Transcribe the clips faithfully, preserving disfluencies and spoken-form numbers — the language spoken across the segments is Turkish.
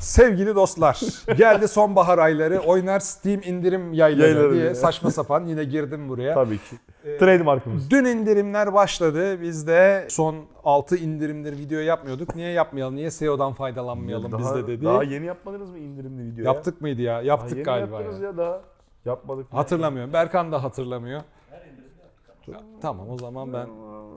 Sevgili dostlar, geldi sonbahar ayları, oynar Steam indirim yayları, Yayları diye diye. saçma sapan yine girdim buraya. Tabii ki. Trademarkımız. Dün indirimler başladı. Biz de son altı indirimdir video yapmıyorduk. Niye yapmayalım? Niye S E O'dan faydalanmayalım daha, biz de dedi. Daha yeni yapmadınız mı indirimli video? Yaptık mıydı ya? Yaptık daha yeni galiba. yaptınız Ya. ya daha yapmadık. Hatırlamıyorum. Berkan da hatırlamıyor. Ya, tamam o zaman ben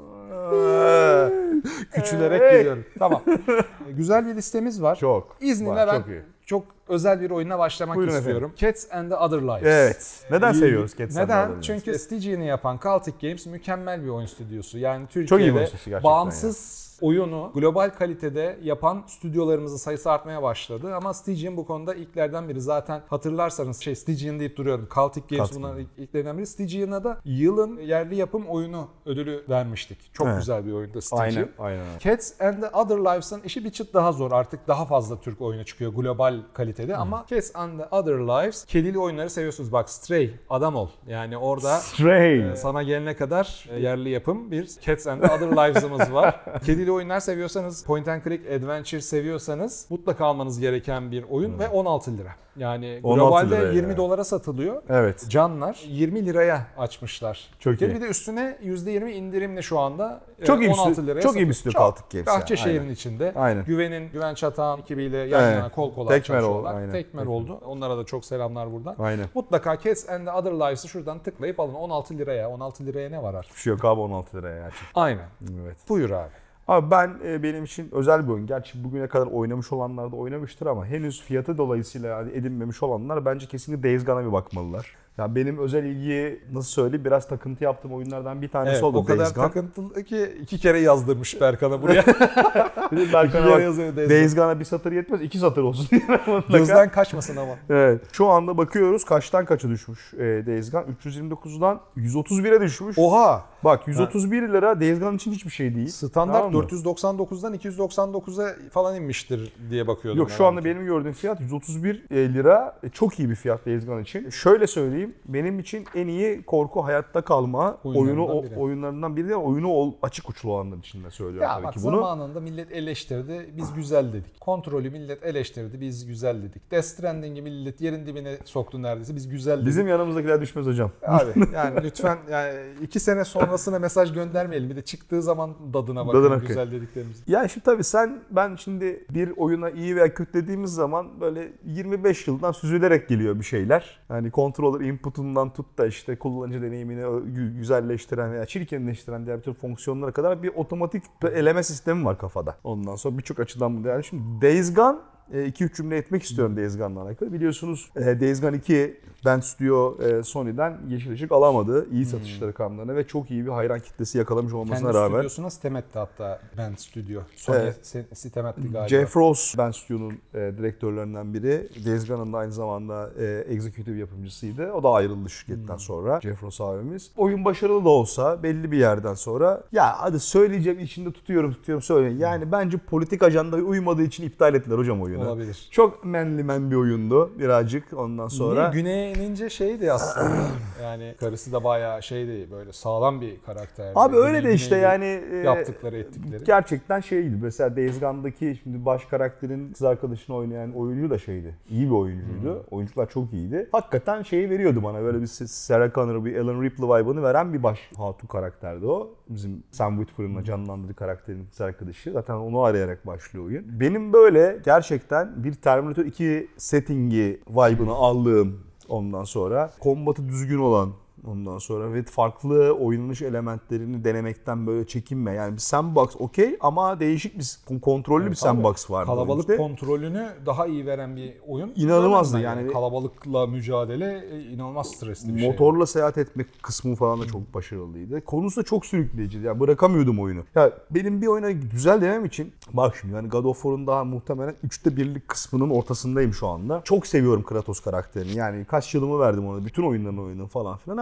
küçülerek geliyorum. Tamam. Güzel bir listemiz var. Çok. İzninle var, ben çok, iyi. çok özel bir oyuna başlamak Buyurun istiyorum. efendim. Cats and the Other Lives. Evet. Neden İyi. seviyoruz Cats and the Other Neden? Lives? Çünkü Staging'i yapan Celtic Games mükemmel bir oyun stüdyosu. Yani Çok iyi bir Türkiye'de oyun stüdyosu gerçekten bağımsız oyunu global kalitede yapan stüdyolarımızın sayısı artmaya başladı. Ama Stygian bu konuda ilklerden biri. Zaten hatırlarsanız şey Stygian deyip duruyorum. Celtic Games Celtic bunların ilk, ilklerinden biri. Stygian'a da yılın yerli yapım oyunu ödülü vermiştik. Çok Evet. güzel bir oyundu Stygian. Aynen, aynen. Cats and the Other Lives'ın işi bir çıt daha zor. Artık daha fazla Türk oyunu çıkıyor global kalitede hmm. ama Cats and the Other Lives kedili oyunları seviyorsunuz. Bak Stray, adam ol. Yani orada Stray. e, sana gelene kadar e, yerli yapım bir Cats and the Other Lives'ımız var. Kedili oyunlar seviyorsanız, point and click adventure seviyorsanız mutlaka almanız gereken bir oyun hmm. ve on altı lira. Yani globalde yirmi yani. dolara satılıyor. Evet. Canlar yirmi liraya açmışlar. Çok iyi. Bir de üstüne yüzde yirmi indirimli şu anda. Çok iyi on altı liraya çok iyi bir stüdyo Celtic Games. Bahçeşehir'in yani. içinde. Aynen. Güven'in, Güven Çatağan ekibiyle yan yana evet. kol kola Tekmer çalışıyorlar. oldu. Tekmer oldu. Onlara da çok selamlar buradan. Aynen. Mutlaka Cats and the Other Lives'ı şuradan tıklayıp alın. on altı liraya. on altı liraya ne var artık? Bir şey yok abi on altı liraya gerçekten. Aynen. Evet. Buyur abi. Abi ben benim için özel bir oyun. Gerçi bugüne kadar oynamış olanlar da oynamıştır ama henüz fiyatı dolayısıyla edinmemiş olanlar bence kesinlikle Days Gone'a bir bakmalılar. Yani benim özel ilgiyi nasıl söyleyeyim biraz takıntı yaptığım oyunlardan bir tanesi evet, oldu o kadar Days Gone. takıntılı ki iki kere yazdırmış Berkan'a buraya. Berkan'a bak Days, Days Gone'a bir satır yetmez iki satır olsun diye mutlaka. Gözden kaçmasın ama. Evet. Şu anda bakıyoruz kaçtan kaça düşmüş e, Days Gone? üç yüz yirmi dokuzdan yüz otuz bire düşmüş. Oha! Bak yüz otuz bir lira Days Gone için hiçbir şey değil. Standart tamam dört yüz doksan dokuzdan iki yüz doksan dokuza falan inmiştir diye bakıyordum. Yok şu anda benim gördüğüm fiyat yüz otuz bir lira. Çok iyi bir fiyat Days Gone için. Şöyle söyleyeyim. Benim için en iyi korku hayatta kalma oyunu o, biri. oyunlarından biri de oyunu ol, açık uçlu olanlar için de söylüyorum ya tabii bak, ki bunu. Zamanında millet eleştirdi, biz güzel dedik. Kontrolü millet eleştirdi, biz güzel dedik. Death Stranding'i millet yerin dibine soktu neredeyse, biz güzel dedik. Bizim yanımızdakiler düşmez hocam. Abi yani lütfen yani iki sene sonrasına mesaj göndermeyelim. Bir de çıktığı zaman dadına bakalım dadına güzel kıy. dediklerimiz. Ya şimdi tabii sen ben şimdi bir oyuna iyi veya kötü dediğimiz zaman böyle yirmi beş yıldan süzülerek geliyor bir şeyler. Yani controller input'undan tut da işte kullanıcı deneyimini güzelleştiren veya çirkinleştiren diğer bir tür fonksiyonlara kadar bir otomatik eleme sistemi var kafada. Ondan sonra birçok açıdan bu değerli. Şimdi Days Gone iki üç cümle etmek istiyorum Days Gone'la alakalı. Biliyorsunuz Days Gone iki Bend Studio Sony'den yeşil ışık alamadı. İyi satışları rakamlarına ve çok iyi bir hayran kitlesi yakalamış olmasına Kendi rağmen. Kendi stüdyosuna sitem etti hatta Bend Studio. Sony evet. sitem etti galiba. Jeff Ross Bend Studio'nun e, direktörlerinden biri. Days Gone'ın da aynı zamanda e, executive yapımcısıydı. O da ayrıldı şirketten hmm. sonra. Jeff Ross abimiz. Oyun başarılı da olsa belli bir yerden sonra ya hadi söyleyeceğim içinde tutuyorum tutuyorum söyleyin. Yani hmm. bence politik ajandaya uymadığı için iptal ettiler hocam oyunu. Olabilir. Çok menli men bir oyundu birazcık ondan sonra. Niye? Güney'e inince şeydi aslında. Yani karısı da bayağı şeydi böyle sağlam bir karakterdi. Abi öyle Güney, de işte yani yaptıkları ettikleri. Gerçekten şeydi. Mesela Days Gone'daki şimdi baş karakterin kız arkadaşını oynayan oyuncu da şeydi. İyi bir oyuncuydu. Hmm. Oyuncular çok iyiydi. Hakikaten şeyi veriyordu bana böyle bir Sarah Connor, bir Ellen Ripley vibe'ını veren bir baş hatun karakterdi o. Bizim Sam Witwer'ın canlandırdığı karakterin kız arkadaşı. Zaten onu arayarak başlıyor oyun. Benim böyle gerçekten bir Terminator iki settingi vibe'ını aldığım ondan sonra kombatı düzgün olan ondan sonra ve farklı oynanış elementlerini denemekten böyle çekinme. Yani bir sandbox okey ama değişik bir kontrollü evet, bir sandbox var. Kalabalık işte. kontrolünü daha iyi veren bir oyun. İnanılmazdı yani. yani. Kalabalıkla mücadele inanılmaz stresli bir şey. Motorla seyahat etmek kısmı falan da çok başarılıydı. Konusu da çok sürükleyiciydi. Yani bırakamıyordum oyunu. Ya benim bir oyuna güzel demem için bak şimdi yani God of War'un daha muhtemelen üçte birlik kısmının ortasındayım şu anda. Çok seviyorum Kratos karakterini. Yani kaç yılımı verdim ona. Bütün oyunlarını oynadım falan filan ama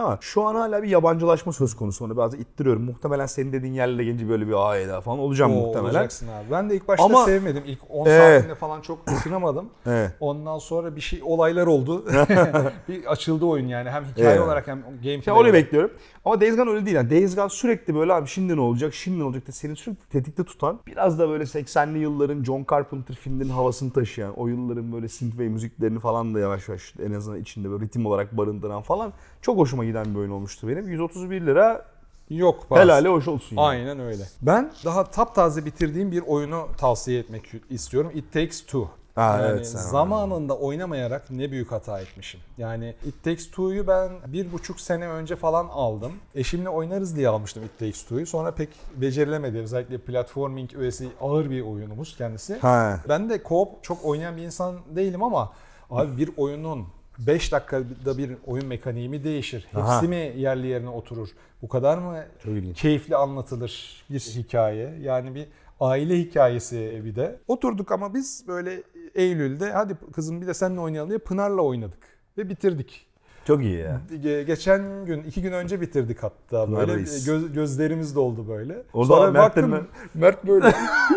ama şu an hala bir yabancılaşma söz konusu. Onu biraz ittiriyorum. Muhtemelen senin dediğin yerlere gelince böyle bir ayda falan olacağım Oo, muhtemelen. Olacaksın abi. Ben de ilk başta Ama, sevmedim. İlk on evet. saatinde falan çok ısınamadım. Evet. Ondan sonra bir şey olaylar oldu. Bir açıldı oyun yani. Hem hikaye Evet. olarak hem gameplay Şey, orayı olarak. bekliyorum. Ama Days Gone öyle değil. Yani Days Gone sürekli böyle abi şimdi ne olacak, şimdi ne olacak da seni sürekli tetikte tutan, biraz da böyle seksenli yılların John Carpenter filmlerinin havasını taşıyan, o yılların böyle synthwave müziklerini falan da yavaş yavaş en azından içinde böyle ritim olarak barındıran falan çok hoşuma giden bir oyun olmuştu benim. yüz otuz bir lira Yok bazı. helali hoş olsun yani. Aynen öyle. Ben daha taptaze bitirdiğim bir oyunu tavsiye etmek istiyorum. It Takes Two. Ha, yani evet, sen zamanında oynamayarak ne büyük hata etmişim. Yani It Takes Two'yu ben bir buçuk sene önce falan aldım. Eşimle oynarız diye almıştım It Takes Two'yu. Sonra pek becerilemedi. Özellikle platforming öğesi ağır bir oyunumuz kendisi. Ha. Ben de co-op çok oynayan bir insan değilim ama abi bir oyunun beş dakikada bir oyun mekaniği mi değişir? Hepsi Aha. mi yerli yerine oturur? Bu kadar mı Çok ilginç. keyifli anlatılır bir hikaye? Yani bir aile hikayesi bir de. Oturduk ama biz böyle Eylül'de hadi kızım bir de seninle oynayalım diye Pınar'la oynadık. Ve bitirdik. Çok iyi ya. Ge- Geçen gün, iki gün önce bitirdik hatta. Pınar Böyle Reis. göz, gözlerimiz doldu böyle. O Sonra zaman Mert baktım, de- Mert böyle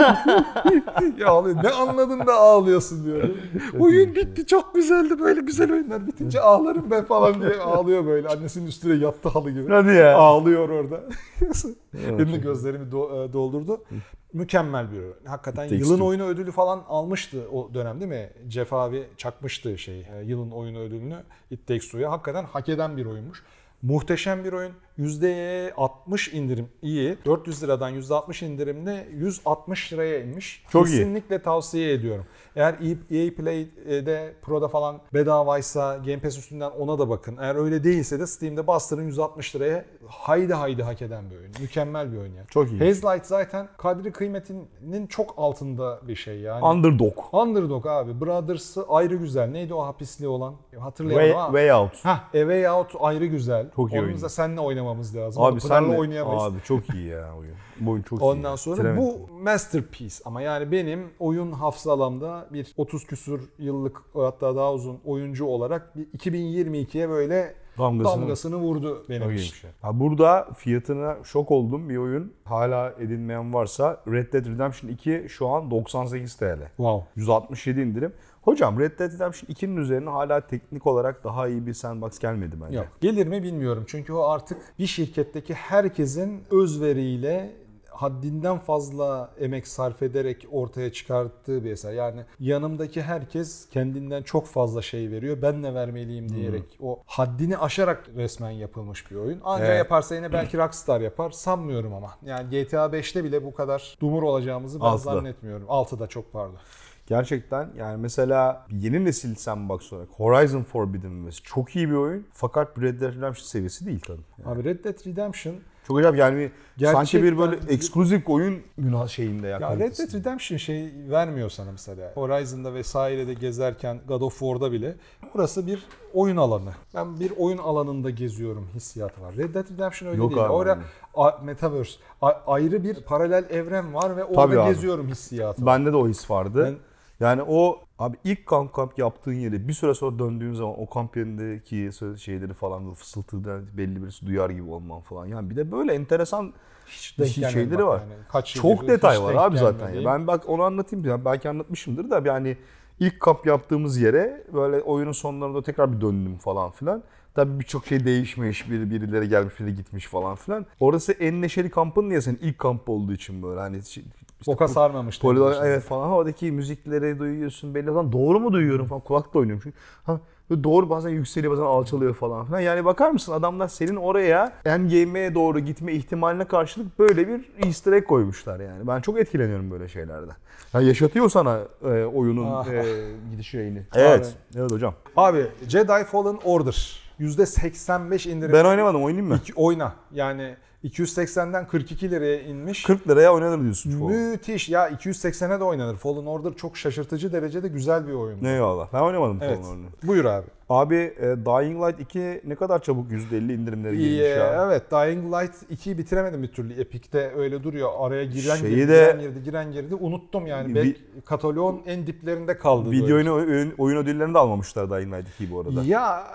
ya ağlıyor. Ne anladın da ağlıyorsun diyor. Oyun bitti, çok güzeldi, böyle güzel oyunlar bitince ağlarım ben falan diye ağlıyor böyle. Annesinin üstüne yattı halı gibi. Hadi ya. Ağlıyor orada. Benim de gözlerimi do- doldurdu. Mükemmel bir oyun. Hakikaten Takes yılın Two. oyunu ödülü falan almıştı o dönem değil mi? Jeff abi çakmıştı şey e, yılın oyunu ödülünü It Takes Two'ya. Hakikaten hak eden bir oyunmuş. Muhteşem bir oyun. yüzde altmış indirim iyi. dört yüz liradan yüzde altmış indirimle yüz altmış liraya inmiş. Çok iyi. Kesinlikle tavsiye ediyorum. Eğer E A Play'de Pro'da falan bedavaysa Game Pass üstünden ona da bakın. Eğer öyle değilse de Steam'de bastırın yüz altmış liraya. Haydi haydi hak eden bir oyun. Mükemmel bir oyun yani. Çok iyi. Haze Light zaten kadri kıymetinin çok altında bir şey yani. Underdog. Underdog abi. Brothers'ı ayrı güzel. Neydi o hapisli olan? Hatırlayamadım Way, ama. way Out. Hah, A Way Out ayrı güzel. Çok iyi Onun oyun. da seninle oynamamız lazım. Abi Onu sen Pınar'la de, oynayamayız. abi çok iyi ya oyun. Bu oyun çok iyi. Ondan sonra Bitiremedim. bu masterpiece ama yani benim oyun hafızalamda bir otuz küsur yıllık hatta daha uzun oyuncu olarak bir iki bin yirmi ikiye böyle damgasını, damgasını vurdu benim Çok için. iyiymiş ya. Ha, burada fiyatına şok oldum bir oyun. Hala edinmeyen varsa Red Dead Redemption iki şu an doksan sekiz TL. Wow. yüz altmış yedi indirim. Hocam Red Dead Redemption ikinin üzerine hala teknik olarak daha iyi bir sandbox gelmedi bence. Yok. Gelir mi bilmiyorum. Çünkü o artık bir şirketteki herkesin özveriyle haddinden fazla emek sarf ederek ortaya çıkarttığı bir eser. Yani yanımdaki herkes kendinden çok fazla şey veriyor. Ben ne vermeliyim diyerek o haddini aşarak resmen yapılmış bir oyun. Ancak Evet. yaparsa yine belki Rockstar yapar. Sanmıyorum ama. Yani G T A beşte bile bu kadar dumur olacağımızı ben Altıda. zannetmiyorum. altıda çok pardon. Gerçekten yani mesela yeni nesil sandbox olarak Horizon Forbidden West çok iyi bir oyun. Fakat Red Dead Redemption seviyesi değil tabii. Yani. Abi Red Dead Redemption Çok acayip yani sanki bir böyle Gerçekten- ekskluzif oyun günah şeyinde ya. Ya Red kalitesi. Dead Redemption şey vermiyor sana mesela. Horizon'da vesairede gezerken God of War'da bile burası bir oyun alanı. Ben bir oyun alanında geziyorum hissiyatı var. Red Dead Redemption öyle Yok değil. abi, Orada aynen. a- Metaverse a- ayrı bir paralel evren var ve Tabii orada abi. geziyorum hissiyatı var. Bende de o his vardı. Ben- Yani o abi ilk kamp kamp yaptığın yeri bir süre sonra döndüğün zaman o kamp yerindeki söz- şeyleri falan bu fısıltıdan belli birisi duyar gibi olman falan. Yani bir de böyle enteresan Hiç bir denk şey- gelmedi şeyleri bak var. yani. Kaç Çok yıldır detay hiç var denk abi zaten. Ya. gelmediğim. Ben bak onu anlatayım. Yani belki anlatmışımdır da yani ilk kamp yaptığımız yere böyle oyunun sonlarında tekrar bir döndüm falan filan. Tabii birçok şey değişmiş, biri birileri gelmiş, biri gitmiş falan filan. Orası en neşeli kampın niye senin ilk kamp olduğu için böyle hani işte Boka sarmamıştı. Poligon, evet falan oradaki müzikleri duyuyorsun belli olan doğru mu duyuyorum falan kulakla oynuyorum çünkü ha, doğru bazen yükseliyor bazen alçalıyor falan filan. Yani bakar mısın adamlar senin oraya endgame'e doğru gitme ihtimaline karşılık böyle bir easter egg koymuşlar yani. Ben çok etkileniyorum böyle şeylerden. Yani yaşatıyor sana e, oyunun Ah. e, gidiş şeyini. Evet. Abi. Evet hocam. Abi Jedi Fallen Order yüzde seksen beş indirim. Ben oynamadım oynayayım mı? İki- oyna. Yani iki yüz seksenden kırk iki liraya inmiş. kırk liraya oynanır diyorsun. çoğu. Müthiş. Ya iki yüz seksene de oynanır. Fallen Order çok şaşırtıcı derecede güzel bir oyun. Eyvallah. Ben oynamadım Evet. Fallen Order'ı. Buyur abi. Abi e, Dying Light iki ne kadar çabuk yüzde elli indirimleri İyi, gelmiş ya. evet. Dying Light ikiyi bitiremedim bir türlü. Epic'te öyle duruyor. Araya giren Şeyi girdi, de- giren girdi, giren girdi. Unuttum yani. Vi- Belki kataloğun en diplerinde kaldı. Video böyle. oyunu, oyun, oyun ödüllerini de almamışlar Dying Light iki bu arada. Ya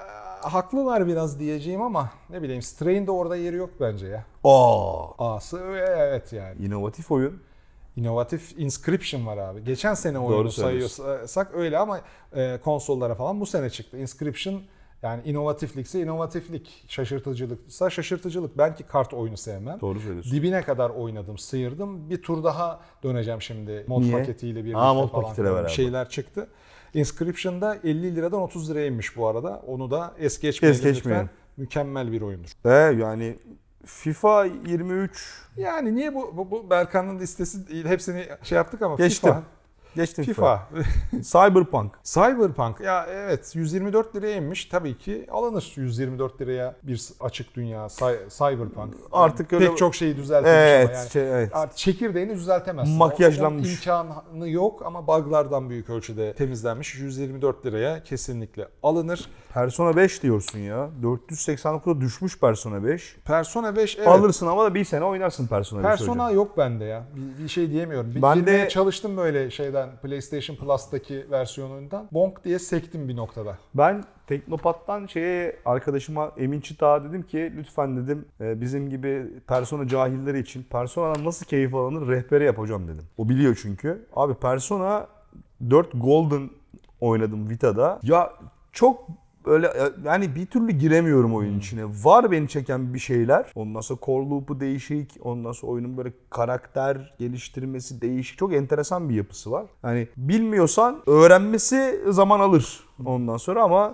haklılar biraz diyeceğim ama ne bileyim Strain de orada yeri yok bence ya. Aa. A'sı evet yani. İnovatif oyun. İnovatif Inscription var abi. Geçen sene oyunu sayıyorsak öyle ama e, konsollara falan bu sene çıktı. Inscription yani inovatiflikse inovatiflik, şaşırtıcılıksa şaşırtıcılık. Ben ki kart oyunu sevmem. Doğru söylüyorsun. Dibine kadar oynadım, sıyırdım. Bir tur daha döneceğim şimdi mod Niye? paketiyle birlikte Aa, mod falan. paketiyle beraber. Şeyler çıktı. Inscription'da elli liradan otuz liraya inmiş bu arada. Onu da es geçmeyelim, es geçmeyelim. lütfen. Mükemmel bir oyundur. E yani FIFA yirmi üç. Yani niye bu, bu, bu Berkan'ın listesi değil, hepsini şey yaptık ama Geçtim. FIFA. Geçtim FIFA. Cyberpunk. Cyberpunk ya evet yüz yirmi dört liraya inmiş. Tabii ki alınır yüz yirmi dört liraya bir açık dünya Cyberpunk. Artık yani öyle pek çok şeyi düzeltilmiş evet, ama yani şey, evet. artık çekirdeğini düzeltemezsin. Makyajlanmış. O, o imkanı yok ama buglardan büyük ölçüde temizlenmiş. yüz yirmi dört liraya kesinlikle alınır. Persona beş diyorsun ya. dört yüz seksen dokuza düşmüş Persona beş. Persona beş evet. Alırsın ama da bir sene oynarsın Persona beş. Persona hocam. yok bende ya. Bir, bir şey diyemiyorum. Bir ben girmeye de çalıştım böyle şeyden PlayStation Plus'taki versiyonundan. Bonk diye sektim bir noktada. Ben Teknopat'tan şeye arkadaşıma Emin Çıtak'a dedim ki lütfen dedim bizim gibi Persona cahilleri için Persona'dan nasıl keyif alınır rehberi yap hocam dedim. O biliyor çünkü. Abi Persona dört Golden oynadım Vita'da. Ya çok öyle yani bir türlü giremiyorum oyunun hmm. içine. Var beni çeken bir şeyler. Ondan sonra core loop'u değişik. Ondan sonra oyunun böyle karakter geliştirmesi değişik. Çok enteresan bir yapısı var. Yani bilmiyorsan öğrenmesi zaman alır ondan sonra ama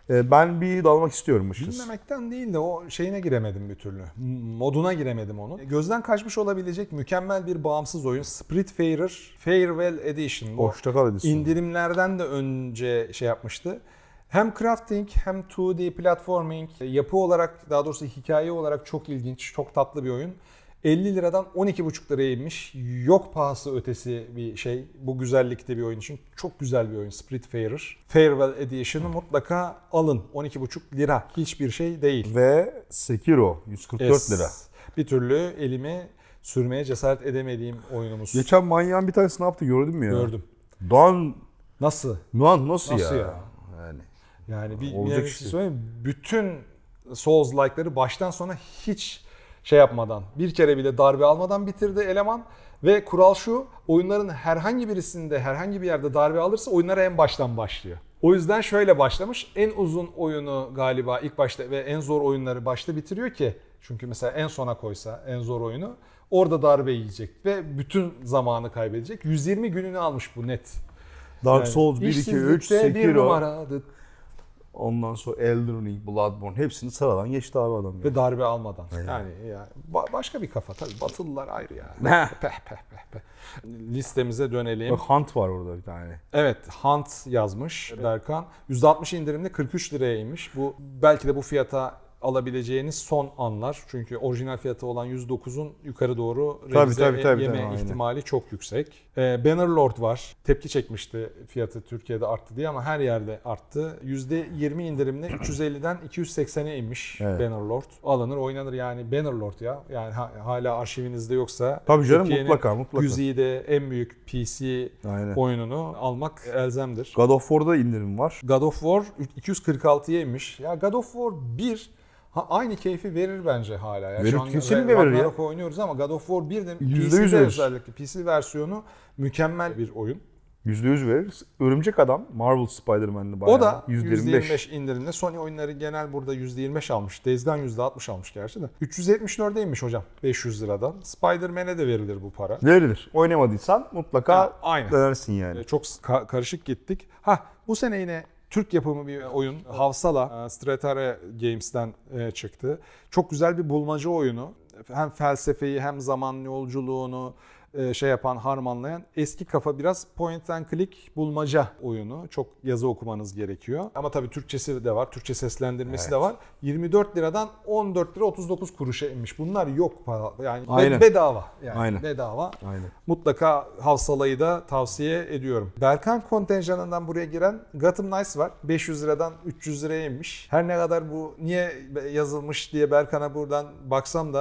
ben bir dalmak istiyorum açıkçası. Bilmemekten değil de o şeyine giremedim bir türlü. Moduna giremedim onun. Gözden kaçmış olabilecek mükemmel bir bağımsız oyun. Spiritfarer Farewell Edition. Hoşça kal Edition. İndirimlerden de önce şey yapmıştı. Hem crafting hem iki D platforming, yapı olarak daha doğrusu hikaye olarak çok ilginç, çok tatlı bir oyun. elli liradan on iki buçuk liraya inmiş. Yok pahası ötesi bir şey. Bu güzellikte bir oyun için. Çok güzel bir oyun Spiritfarer. Farewell Edition'ı mutlaka alın. on iki buçuk lira. Hiçbir şey değil. Ve Sekiro yüz kırk dört es. lira. Bir türlü elimi sürmeye cesaret edemediğim oyunumuz. Geçen manyağın bir tanesi ne yaptı gördün mü ya? Gördüm. Doğan nasıl? Doğan nasıl, nasıl ya? ya? Yani yani bir, olacak bir işte. söyleyeyim, bütün Souls-like'ları baştan sona hiç şey yapmadan, bir kere bile darbe almadan bitirdi eleman ve kural şu, oyunların herhangi birisinde herhangi bir yerde darbe alırsa oyunlara en baştan başlıyor. O yüzden şöyle başlamış, en uzun oyunu galiba ilk başta ve en zor oyunları başta bitiriyor ki, çünkü mesela en sona koysa en zor oyunu orada darbe yiyecek ve bütün zamanı kaybedecek. yüz yirmi gününü almış bu net. Dark yani, Souls bir, iki, üç, Sekiro. Bir numaradı. Ondan sonra Elden Ring, Bloodborne hepsini sıradan geçti abi adam. Ve ya. darbe almadan. Aynen. Yani, yani ba- başka bir kafa tabii. Batılılar ayrı ya. peh peh peh peh. Listemize dönelim. Bak Hunt var orada bir tane. Evet, Hunt yazmış evet. Berkan. yüzde altmış indirimli kırk üç liraya inmiş. Bu belki de bu fiyata alabileceğiniz son anlar. Çünkü orijinal fiyatı olan yüz dokuzun yukarı doğru revize tabii, tabii, yeme tabii, ihtimali aynen. çok yüksek. Ee, Bannerlord var. Tepki çekmişti fiyatı Türkiye'de arttı diye ama her yerde arttı. yüzde yirmi indirimli üç yüz elliden iki yüz seksene inmiş evet. Bannerlord. Alınır oynanır yani Bannerlord ya. Yani ha, hala arşivinizde yoksa tabii canım mutlaka mutlaka. Güzide en büyük P C aynen. oyununu almak elzemdir. God of War'da indirim var. God of War iki yüz kırk altıya inmiş. Ya God of War bir Ha, aynı keyfi verir bence hala. Ya. Verir, şu an kesinlikle verir ya. oynuyoruz ama God of War bir de P C'de özellikle P C versiyonu mükemmel bir oyun. yüzde yüz verir. Örümcek Adam, Marvel Spider-Man'li bayağı. O da yüzde yüzde yirmi beş indirimde. Sony oyunları genel burada yüzde yirmi beş almış. Days Gone yüzde altmış almış gerçi de. üç yüz yetmiş dörde inmiş hocam beş yüz liradan. Spider-Man'e de verilir bu para. Verilir. Oynamadıysan mutlaka ha, aynen. dönersin yani. Çok ka- karışık gittik. Ha bu sene yine Türk yapımı bir oyun. Havsala, Stratare Games'ten çıktı. Çok güzel bir bulmaca oyunu. Hem felsefeyi hem zaman yolculuğunu şey yapan, harmanlayan eski kafa biraz point and click bulmaca oyunu. Çok yazı okumanız gerekiyor. Ama tabii Türkçesi de var. Türkçe seslendirmesi evet. de var. yirmi dört liradan on dört lira otuz dokuz kuruşa inmiş. Bunlar yok yani Aynen. bedava. Yani Aynen. bedava. Aynen. Mutlaka Havsala'yı da tavsiye ediyorum. Berkan kontenjanından buraya giren Gotham Knights var. beş yüz liradan üç yüz liraya inmiş. Her ne kadar bu niye yazılmış diye Berkan'a buradan baksam da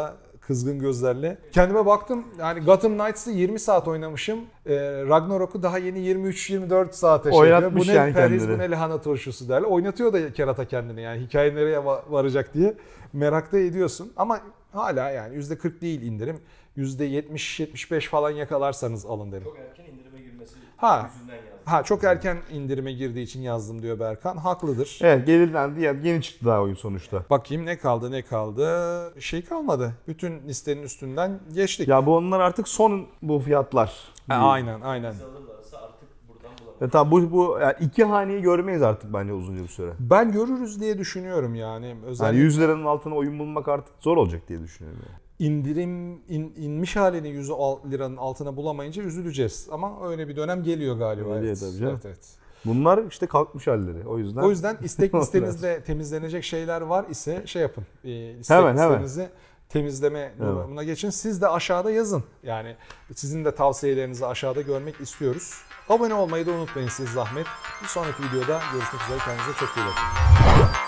kızgın gözlerle. Kendime baktım yani Gotham Knights'ı yirmi saat oynamışım. Ee, Ragnarok'u daha yeni yirmi üç yirmi dört saate şey yapıyor. Bu ne yani perhiz, kendini. bu ne lahana turşusu derler. Oynatıyor da kerata kendini yani hikaye nereye va- varacak diye merakta ediyorsun. Ama hala yani yüzde kırk değil indirim. yüzde yetmiş yetmiş beş falan yakalarsanız alın derim. Çok erken indirime girmesi Ha. yüzünden yazdım. Ha çok erken indirime girdiği için yazdım diyor Berkan. Haklıdır. Evet gelirlendi ya yeni çıktı daha oyun sonuçta. Bakayım ne kaldı ne kaldı. Şey kalmadı. Bütün listenin üstünden geçtik. Ya bu onlar artık son bu fiyatlar. Ha, aynen aynen. Bizi alırlarsa artık buradan bulamayız. Ya tamam bu, bu yani iki haneyi görmeyiz artık bence uzunca bir süre. Ben görürüz diye düşünüyorum yani. Yani Özellikle yüz liranın altına oyun bulmak artık zor olacak diye düşünüyorum. Yani. indirim in- inmiş halini yüz liranın altına bulamayınca üzüleceğiz. Ama öyle bir dönem geliyor galiba. Öyle Evet. tabii canım. Evet, evet. Bunlar işte kalkmış halleri. O yüzden O yüzden istek listenizde temizlenecek şeyler var ise şey yapın. E, istek Hemen, hemen. listenizi temizleme durumuna geçin. Siz de aşağıda yazın. Yani sizin de tavsiyelerinizi aşağıda görmek istiyoruz. Abone olmayı da unutmayın siz zahmet. Bir sonraki videoda görüşmek üzere. Kendinize çok iyi bakın.